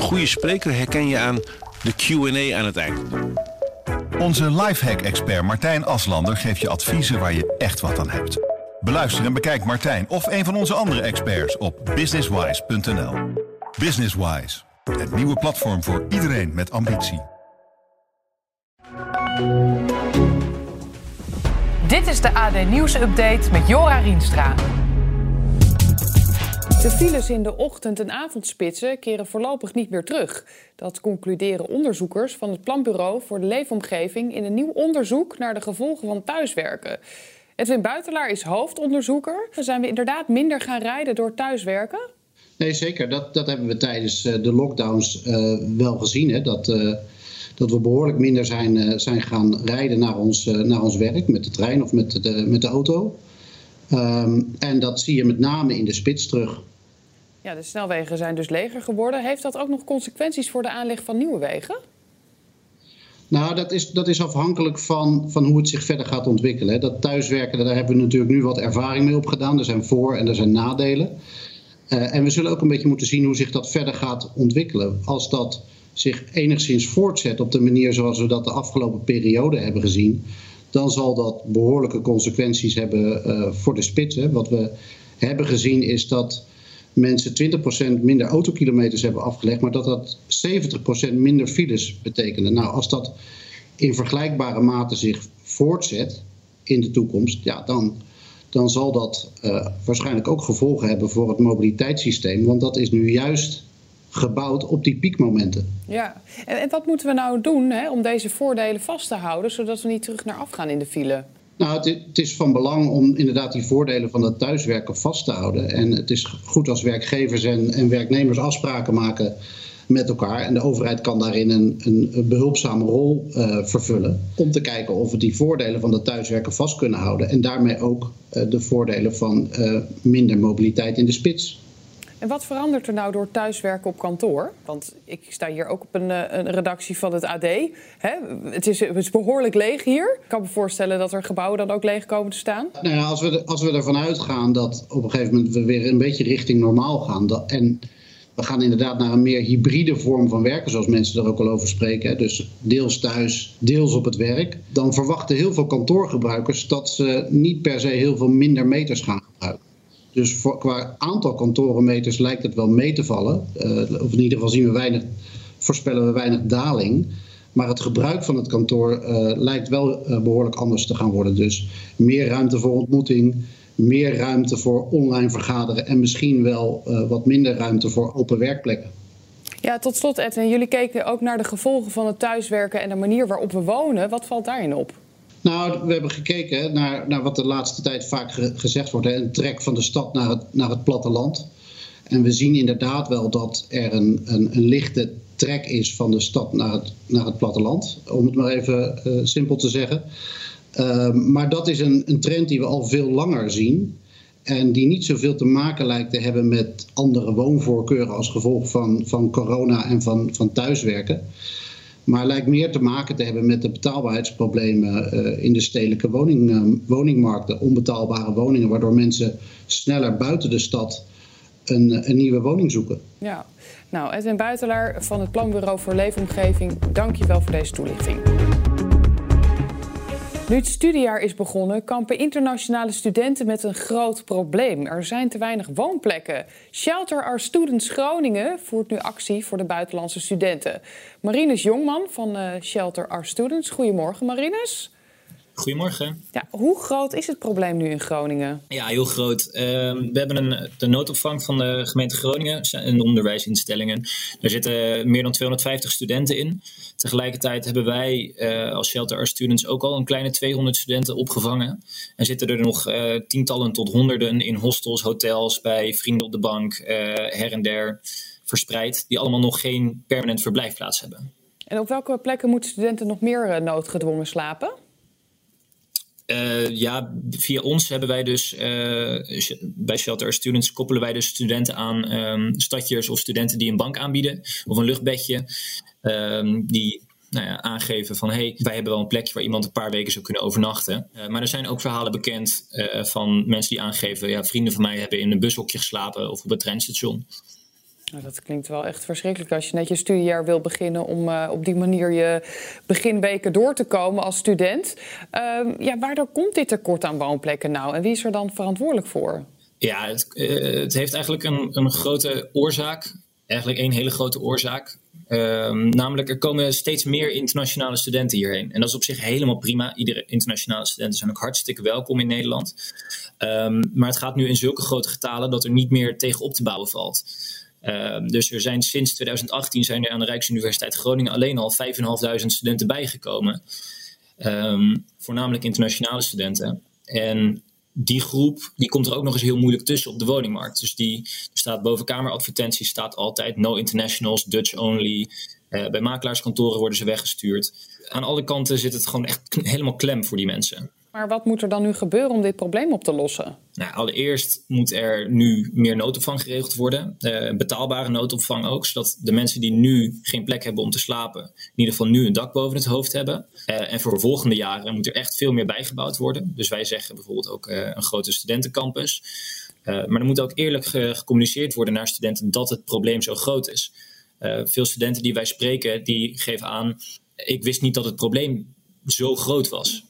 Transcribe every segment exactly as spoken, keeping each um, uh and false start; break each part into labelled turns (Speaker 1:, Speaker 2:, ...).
Speaker 1: goede spreker herken je aan de Q en A aan het eind.
Speaker 2: Onze lifehack-expert Martijn Aslander geeft je adviezen waar je echt wat aan hebt. Beluister en bekijk Martijn of een van onze andere experts op businesswise punt n l. Businesswise, het nieuwe platform voor iedereen met ambitie.
Speaker 3: Dit is de A D Nieuws-update met Jora Rienstra. De files in de ochtend- en avondspitsen keren voorlopig niet meer terug. Dat concluderen onderzoekers van het Planbureau voor de Leefomgeving in een nieuw onderzoek naar de gevolgen van thuiswerken. Edwin Buitelaar is hoofdonderzoeker. Zijn we inderdaad minder gaan rijden door thuiswerken?
Speaker 4: Nee, zeker. Dat, dat hebben we tijdens de lockdowns uh, wel gezien. Hè? Dat, uh, dat we behoorlijk minder zijn, uh, zijn gaan rijden naar ons, uh, naar ons werk met de trein of met de, met de auto. Um, en dat zie je met name in de spits terug.
Speaker 3: Ja, de snelwegen zijn dus leger geworden. Heeft dat ook nog consequenties voor de aanleg van nieuwe wegen?
Speaker 4: Nou, dat is, dat is afhankelijk van, van hoe het zich verder gaat ontwikkelen. Dat thuiswerken, daar hebben we natuurlijk nu wat ervaring mee opgedaan. Er zijn voor- en er zijn nadelen. Uh, en we zullen ook een beetje moeten zien hoe zich dat verder gaat ontwikkelen. Als dat zich enigszins voortzet op de manier zoals we dat de afgelopen periode hebben gezien, dan zal dat behoorlijke consequenties hebben uh, voor de spitsen. Wat we hebben gezien is dat mensen twintig procent minder autokilometers hebben afgelegd, maar dat dat zeventig procent minder files betekende. Nou, als dat in vergelijkbare mate zich voortzet in de toekomst, ja, dan, dan zal dat uh, waarschijnlijk ook gevolgen hebben voor het mobiliteitssysteem. Want dat is nu juist gebouwd op die piekmomenten.
Speaker 3: Ja, en, en wat moeten we nou doen hè, om deze voordelen vast te houden, zodat we niet terug naar af gaan in de file?
Speaker 4: Nou, het, het is van belang om inderdaad die voordelen van dat thuiswerken vast te houden. En het is goed als werkgevers en, en werknemers afspraken maken met elkaar. En de overheid kan daarin een, een behulpzame rol uh, vervullen. Om te kijken of we die voordelen van dat thuiswerken vast kunnen houden. En daarmee ook uh, de voordelen van uh, minder mobiliteit in de spits.
Speaker 3: En wat verandert er nou door thuiswerken op kantoor? Want ik sta hier ook op een, een redactie van het A D. Hè? Het, is, het is behoorlijk leeg hier. Ik kan me voorstellen dat er gebouwen dan ook leeg komen te staan.
Speaker 4: Nou ja, als we, als we ervan uitgaan dat op een gegeven moment we weer een beetje richting normaal gaan. Dat, en we gaan inderdaad naar een meer hybride vorm van werken, zoals mensen er ook al over spreken. Hè? Dus deels thuis, deels op het werk. Dan verwachten heel veel kantoorgebruikers dat ze niet per se heel veel minder meters gaan gebruiken. Dus voor, qua aantal kantorenmeters lijkt het wel mee te vallen. Uh, of in ieder geval zien we weinig, voorspellen we weinig daling. Maar het gebruik van het kantoor uh, lijkt wel uh, behoorlijk anders te gaan worden. Dus meer ruimte voor ontmoeting, meer ruimte voor online vergaderen en misschien wel uh, wat minder ruimte voor open werkplekken.
Speaker 3: Ja, tot slot Edwin, jullie keken ook naar de gevolgen van het thuiswerken en de manier waarop we wonen. Wat valt daarin op?
Speaker 4: Nou, we hebben gekeken naar, naar wat de laatste tijd vaak ge- gezegd wordt. Hè, een trek van de stad naar het, naar het platteland. En we zien inderdaad wel dat er een, een, een lichte trek is van de stad naar het, naar het platteland. Om het maar even uh, simpel te zeggen. Uh, maar dat is een, een trend die we al veel langer zien. En die niet zoveel te maken lijkt te hebben met andere woonvoorkeuren als gevolg van, van corona en van, van thuiswerken. Maar lijkt meer te maken te hebben met de betaalbaarheidsproblemen uh, in de stedelijke woning, uh, woningmarkten. Onbetaalbare woningen, waardoor mensen sneller buiten de stad een, een nieuwe woning zoeken.
Speaker 3: Ja, nou Edwin Buitelaar van het Planbureau voor Leefomgeving, dank je wel voor deze toelichting. Nu het studiejaar is begonnen, kampen internationale studenten met een groot probleem. Er zijn te weinig woonplekken. Shelter Our Students Groningen voert nu actie voor de buitenlandse studenten. Marinus Jongman van uh, Shelter Our Students. Goedemorgen, Marinus.
Speaker 5: Goedemorgen.
Speaker 3: Ja, hoe groot is het probleem nu in Groningen?
Speaker 5: Ja, heel groot. Uh, we hebben een, de noodopvang van de gemeente Groningen en de onderwijsinstellingen. Daar zitten meer dan tweehonderdvijftig studenten in. Tegelijkertijd hebben wij uh, als Shelter Our Students ook al een kleine tweehonderd studenten opgevangen. En zitten er nog uh, tientallen tot honderden in hostels, hotels, bij vrienden op de bank, uh, her en der verspreid, die allemaal nog geen permanent verblijfplaats hebben.
Speaker 3: En op welke plekken moeten studenten nog meer uh, noodgedwongen slapen?
Speaker 5: Uh, ja, via ons hebben wij dus, uh, bij Shelter Our Students koppelen wij dus studenten aan um, stadjers of studenten die een bank aanbieden of een luchtbedje. Um, die nou ja, aangeven van hey, wij hebben wel een plekje waar iemand een paar weken zou kunnen overnachten. Uh, maar er zijn ook verhalen bekend uh, van mensen die aangeven, ja, vrienden van mij hebben in een bushokje geslapen of op het treinstation.
Speaker 3: Nou, dat klinkt wel echt verschrikkelijk als je net je studiejaar wil beginnen om uh, op die manier je beginweken door te komen als student. Uh, ja, waardoor komt dit tekort aan woonplekken nou en wie is er dan verantwoordelijk voor?
Speaker 5: Ja, het, uh, het heeft eigenlijk een, een grote oorzaak, eigenlijk één hele grote oorzaak. Uh, namelijk, er komen steeds meer internationale studenten hierheen. En dat is op zich helemaal prima. Iedere internationale studenten zijn ook hartstikke welkom in Nederland. Um, maar het gaat nu in zulke grote getalen dat er niet meer tegen op te bouwen valt. Uh, dus er zijn sinds twintig achttien zijn er aan de Rijksuniversiteit Groningen alleen al vijfduizend vijfhonderd studenten bijgekomen. Um, voornamelijk internationale studenten. En die groep die komt er ook nog eens heel moeilijk tussen op de woningmarkt. Dus die er staat boven kameradvertenties staat altijd no internationals, Dutch only. Uh, bij makelaarskantoren worden ze weggestuurd. Aan alle kanten zit het gewoon echt helemaal klem voor die mensen.
Speaker 3: Maar wat moet er dan nu gebeuren om dit probleem op te lossen?
Speaker 5: Nou, allereerst moet er nu meer noodopvang geregeld worden. Uh, betaalbare noodopvang ook. Zodat de mensen die nu geen plek hebben om te slapen, in ieder geval nu een dak boven het hoofd hebben. Uh, en voor de volgende jaren moet er echt veel meer bijgebouwd worden. Dus wij zeggen bijvoorbeeld ook uh, een grote studentencampus. Uh, maar er moet ook eerlijk ge- gecommuniceerd worden naar studenten dat het probleem zo groot is. Uh, veel studenten die wij spreken, die geven aan, ik wist niet dat het probleem zo groot was.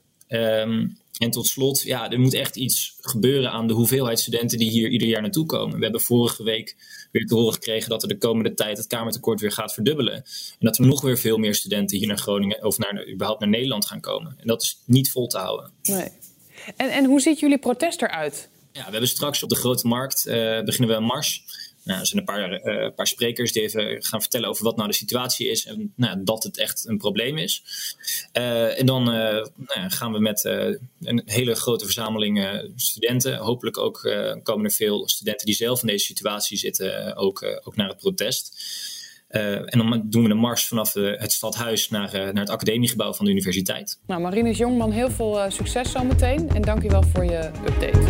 Speaker 5: Um, en tot slot, ja, er moet echt iets gebeuren aan de hoeveelheid studenten die hier ieder jaar naartoe komen. We hebben vorige week weer te horen gekregen dat er de komende tijd het kamertekort weer gaat verdubbelen. En dat er nog weer veel meer studenten hier naar Groningen of naar, überhaupt naar Nederland gaan komen. En dat is niet vol te houden.
Speaker 3: Nee. En, en hoe ziet jullie protest eruit?
Speaker 5: Ja, we hebben straks op de Grote Markt, uh, beginnen we een mars. Nou, er zijn een paar, uh, paar sprekers die even gaan vertellen over wat nou de situatie is en nou, dat het echt een probleem is. Uh, en dan uh, nou, gaan we met uh, een hele grote verzameling uh, studenten, hopelijk ook uh, komen er veel studenten die zelf in deze situatie zitten, uh, ook, uh, ook naar het protest. Uh, en dan doen we een mars vanaf uh, het stadhuis naar, uh, naar het academiegebouw van de universiteit.
Speaker 3: Nou, Marinus Jongman, heel veel uh, succes zometeen en dank je wel voor je update.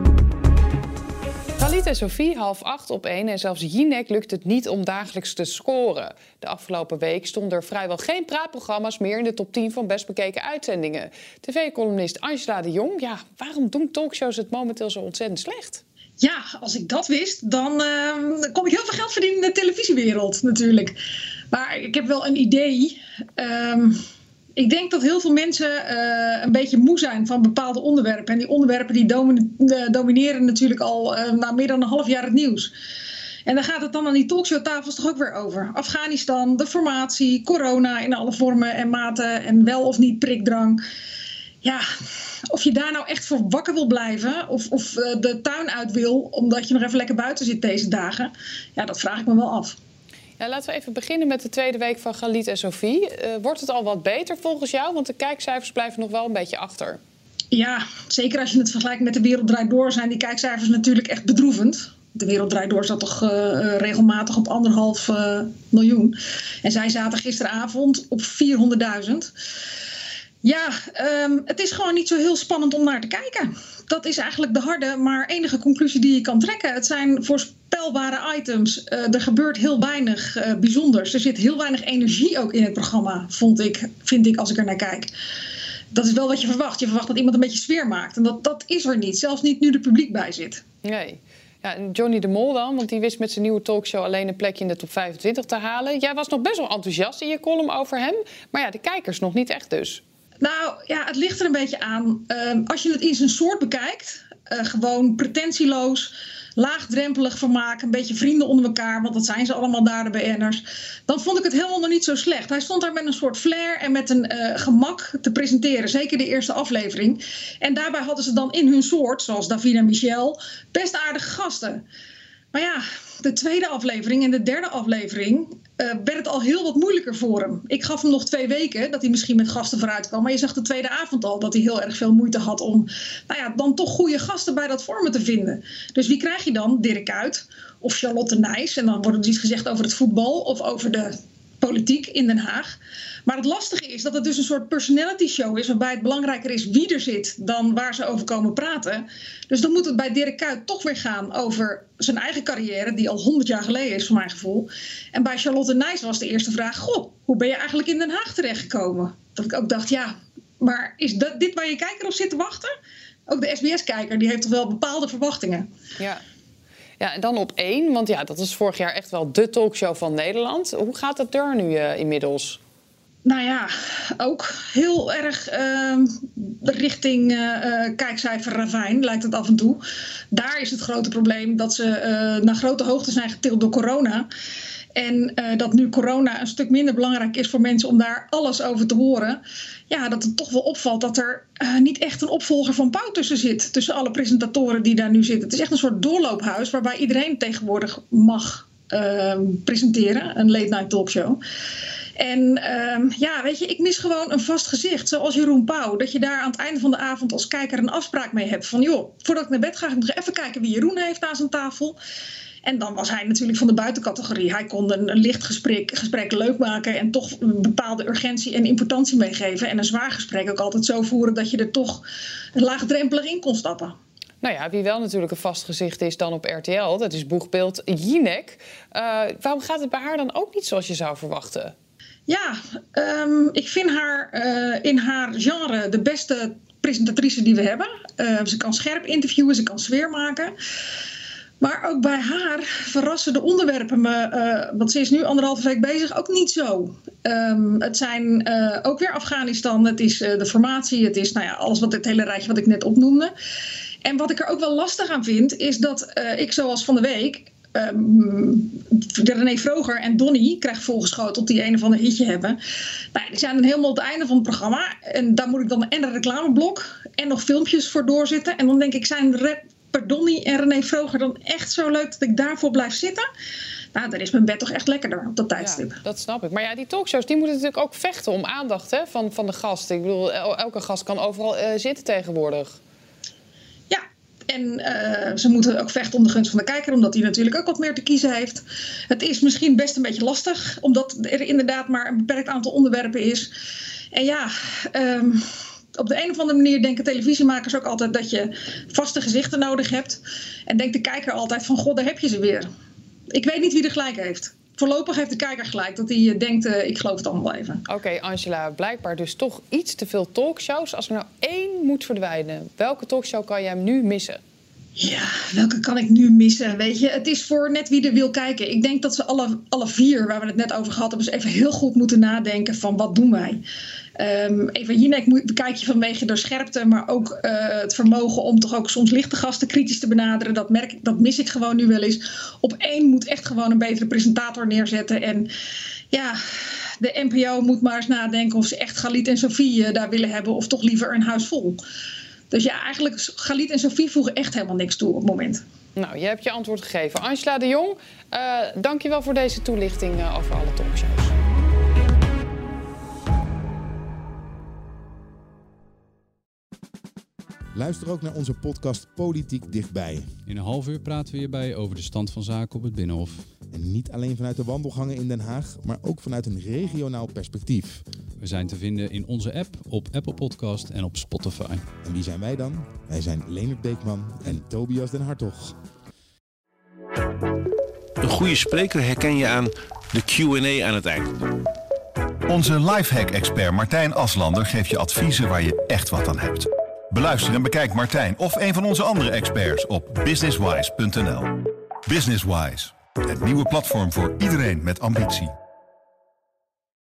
Speaker 3: Khalid en Sophie, half acht op één en zelfs Jinek lukt het niet om dagelijks te scoren. De afgelopen week stonden er vrijwel geen praatprogramma's meer in de top tien van best bekeken uitzendingen. T V-columnist Angela de Jong, ja, waarom doen talkshows het momenteel zo ontzettend slecht?
Speaker 6: Ja, als ik dat wist, dan uh, kom ik heel veel geld verdienen in de televisiewereld natuurlijk. Maar ik heb wel een idee. Um, ik denk dat heel veel mensen uh, een beetje moe zijn van bepaalde onderwerpen. En die onderwerpen die domin- uh, domineren natuurlijk al uh, na meer dan een half jaar het nieuws. En dan gaat het dan aan die talkshowtafels toch ook weer over. Afghanistan, de formatie, corona in alle vormen en maten en wel of niet prikdrang. Ja, of je daar nou echt voor wakker wil blijven of, of uh, de tuin uit wil omdat je nog even lekker buiten zit deze dagen. Ja, dat vraag ik me wel af.
Speaker 3: Ja, laten we even beginnen met de tweede week van Khalid en Sophie. Uh, wordt het al wat beter volgens jou? Want de kijkcijfers blijven nog wel een beetje achter.
Speaker 6: Ja, zeker als je het vergelijkt met De Wereld Draait Door zijn die kijkcijfers natuurlijk echt bedroevend. De Wereld Draait Door zat toch uh, regelmatig op anderhalf uh, miljoen. En zij zaten gisteravond op vierhonderdduizend. Ja, um, het is gewoon niet zo heel spannend om naar te kijken. Dat is eigenlijk de harde, maar enige conclusie die je kan trekken. Het zijn voorspelbare items. Uh, er gebeurt heel weinig uh, bijzonders. Er zit heel weinig energie ook in het programma, vond ik, vind ik als ik er naar kijk. Dat is wel wat je verwacht. Je verwacht dat iemand een beetje sfeer maakt. En dat, dat is er niet. Zelfs niet nu er publiek bij zit.
Speaker 3: Nee. Ja, en Johnny de Mol dan, want die wist met zijn nieuwe talkshow alleen een plekje in de top vijfentwintig te halen. Jij was nog best wel enthousiast in je column over hem. Maar ja, de kijkers nog niet echt dus.
Speaker 6: Nou ja, het ligt er een beetje aan. Uh, als je het in zijn soort bekijkt, uh, gewoon pretentieloos, laagdrempelig vermaak, een beetje vrienden onder elkaar, want dat zijn ze allemaal daar, de B N'ers. Dan vond ik het helemaal nog niet zo slecht. Hij stond daar met een soort flair en met een uh, gemak te presenteren, zeker de eerste aflevering. En daarbij hadden ze dan in hun soort, zoals Davina en Michel, best aardige gasten. Maar ja, de tweede aflevering en de derde aflevering uh, werd het al heel wat moeilijker voor hem. Ik gaf hem nog twee weken dat hij misschien met gasten vooruit kwam. Maar je zag de tweede avond al dat hij heel erg veel moeite had om nou ja, dan toch goede gasten bij dat vormen te vinden. Dus wie krijg je dan? Dirk Kuyt of Charlotte Nijs. En dan wordt er iets gezegd over het voetbal of over de politiek in Den Haag. Maar het lastige is dat het dus een soort personality show is, waarbij het belangrijker is wie er zit dan waar ze over komen praten. Dus dan moet het bij Dirk Kuyt toch weer gaan over zijn eigen carrière, die al honderd jaar geleden is voor mijn gevoel. En bij Charlotte Nijs was de eerste vraag, goh, hoe ben je eigenlijk in Den Haag terechtgekomen? Dat ik ook dacht, ja, maar is dat dit waar je kijker op zit te wachten? Ook de S B S-kijker, die heeft toch wel bepaalde verwachtingen.
Speaker 3: Ja. Ja, en dan op één, want ja, dat is vorig jaar echt wel de talkshow van Nederland. Hoe gaat het er nu uh, inmiddels?
Speaker 6: Nou ja, ook heel erg uh, richting uh, kijkcijfer ravijn lijkt het af en toe. Daar is het grote probleem dat ze uh, naar grote hoogte zijn getild door corona. En uh, dat nu corona een stuk minder belangrijk is voor mensen om daar alles over te horen. Ja, dat het toch wel opvalt dat er uh, niet echt een opvolger van Pauw tussen zit. Tussen alle presentatoren die daar nu zitten. Het is echt een soort doorloophuis waarbij iedereen tegenwoordig mag uh, presenteren. Een late night talkshow. En uh, ja, weet je, ik mis gewoon een vast gezicht, zoals Jeroen Pauw. Dat je daar aan het einde van de avond als kijker een afspraak mee hebt. Van joh, voordat ik naar bed ga, ga ik nog even kijken wie Jeroen heeft aan zijn tafel. En dan was hij natuurlijk van de buitencategorie. Hij kon een, een licht gesprek, gesprek leuk maken en toch een bepaalde urgentie en importantie meegeven. En een zwaar gesprek ook altijd zo voeren dat je er toch laagdrempelig in kon stappen.
Speaker 3: Nou ja, wie wel natuurlijk een vast gezicht is dan op R T L, dat is boegbeeld Jinek. Uh, waarom gaat het bij haar dan ook niet zoals je zou verwachten?
Speaker 6: Ja, um, ik vind haar uh, in haar genre de beste presentatrice die we hebben. Uh, ze kan scherp interviewen, ze kan sfeer maken. Maar ook bij haar verrassen de onderwerpen me, uh, want ze is nu anderhalve week bezig, ook niet zo. Um, het zijn uh, ook weer Afghanistan, het is uh, de formatie, het is nou ja, alles wat het hele rijtje wat ik net opnoemde. En wat ik er ook wel lastig aan vind, is dat uh, ik zoals van de week Um, de René Vroger en Donnie krijgt voorgeschoteld die een of ander hitje hebben. Nou, die zijn dan helemaal op het einde van het programma. En daar moet ik dan en een reclameblok en nog filmpjes voor doorzitten. En dan denk ik, zijn rapper Donnie en René Vroger dan echt zo leuk dat ik daarvoor blijf zitten? Nou, dan is mijn bed toch echt lekkerder op dat tijdstip.
Speaker 3: Ja, dat snap ik. Maar ja, die talkshows die moeten natuurlijk ook vechten om aandacht hè, van, van de gast. Ik bedoel, elke gast kan overal uh, zitten tegenwoordig.
Speaker 6: Ja. En uh, ze moeten ook vechten om de gunst van de kijker, omdat hij natuurlijk ook wat meer te kiezen heeft. Het is misschien best een beetje lastig, omdat er inderdaad maar een beperkt aantal onderwerpen is. En ja, um, op de een of andere manier denken televisiemakers ook altijd dat je vaste gezichten nodig hebt. En denkt de kijker altijd van, god, daar heb je ze weer. Ik weet niet wie er gelijk heeft. Voorlopig heeft de kijker gelijk, dat hij denkt, uh, ik geloof het allemaal even.
Speaker 3: Oké, okay, Angela, blijkbaar dus toch iets te veel talkshows. Als er nou één moet verdwijnen, welke talkshow kan jij nu missen?
Speaker 6: Ja, welke kan ik nu missen? Weet je, het is voor net wie er wil kijken. Ik denk dat ze alle, alle vier, waar we het net over gehad hebben, eens even heel goed moeten nadenken van wat doen wij. Um, Eva Jinek bekijk je vanwege de scherpte, maar ook uh, het vermogen om toch ook soms lichte gasten kritisch te benaderen. Dat, merk, dat mis ik gewoon nu wel eens. Op één moet echt gewoon een betere presentator neerzetten. En ja, de N P O moet maar eens nadenken of ze echt Galit en Sofie uh, daar willen hebben of toch liever een huis vol. Dus ja, eigenlijk Galit en Sofie voegen echt helemaal niks toe op het moment.
Speaker 3: Nou, je hebt je antwoord gegeven. Angela de Jong, uh, dank je wel voor deze toelichting uh, over alle talkshows.
Speaker 7: Luister ook naar onze podcast Politiek Dichtbij.
Speaker 8: In een half uur praten we hierbij over de stand van zaken op het Binnenhof.
Speaker 7: En niet alleen vanuit de wandelgangen in Den Haag, maar ook vanuit een regionaal perspectief.
Speaker 8: We zijn te vinden in onze app, op Apple Podcast en op Spotify.
Speaker 7: En wie zijn wij dan? Wij zijn Leonard Beekman en Tobias den Hartog.
Speaker 1: Een goede spreker herken je aan de Q en A aan het eind.
Speaker 2: Onze lifehack-expert Martijn Aslander geeft je adviezen waar je echt wat aan hebt. Beluister en bekijk Martijn of een van onze andere experts op businesswise punt n l. Businesswise, het nieuwe platform voor iedereen met ambitie.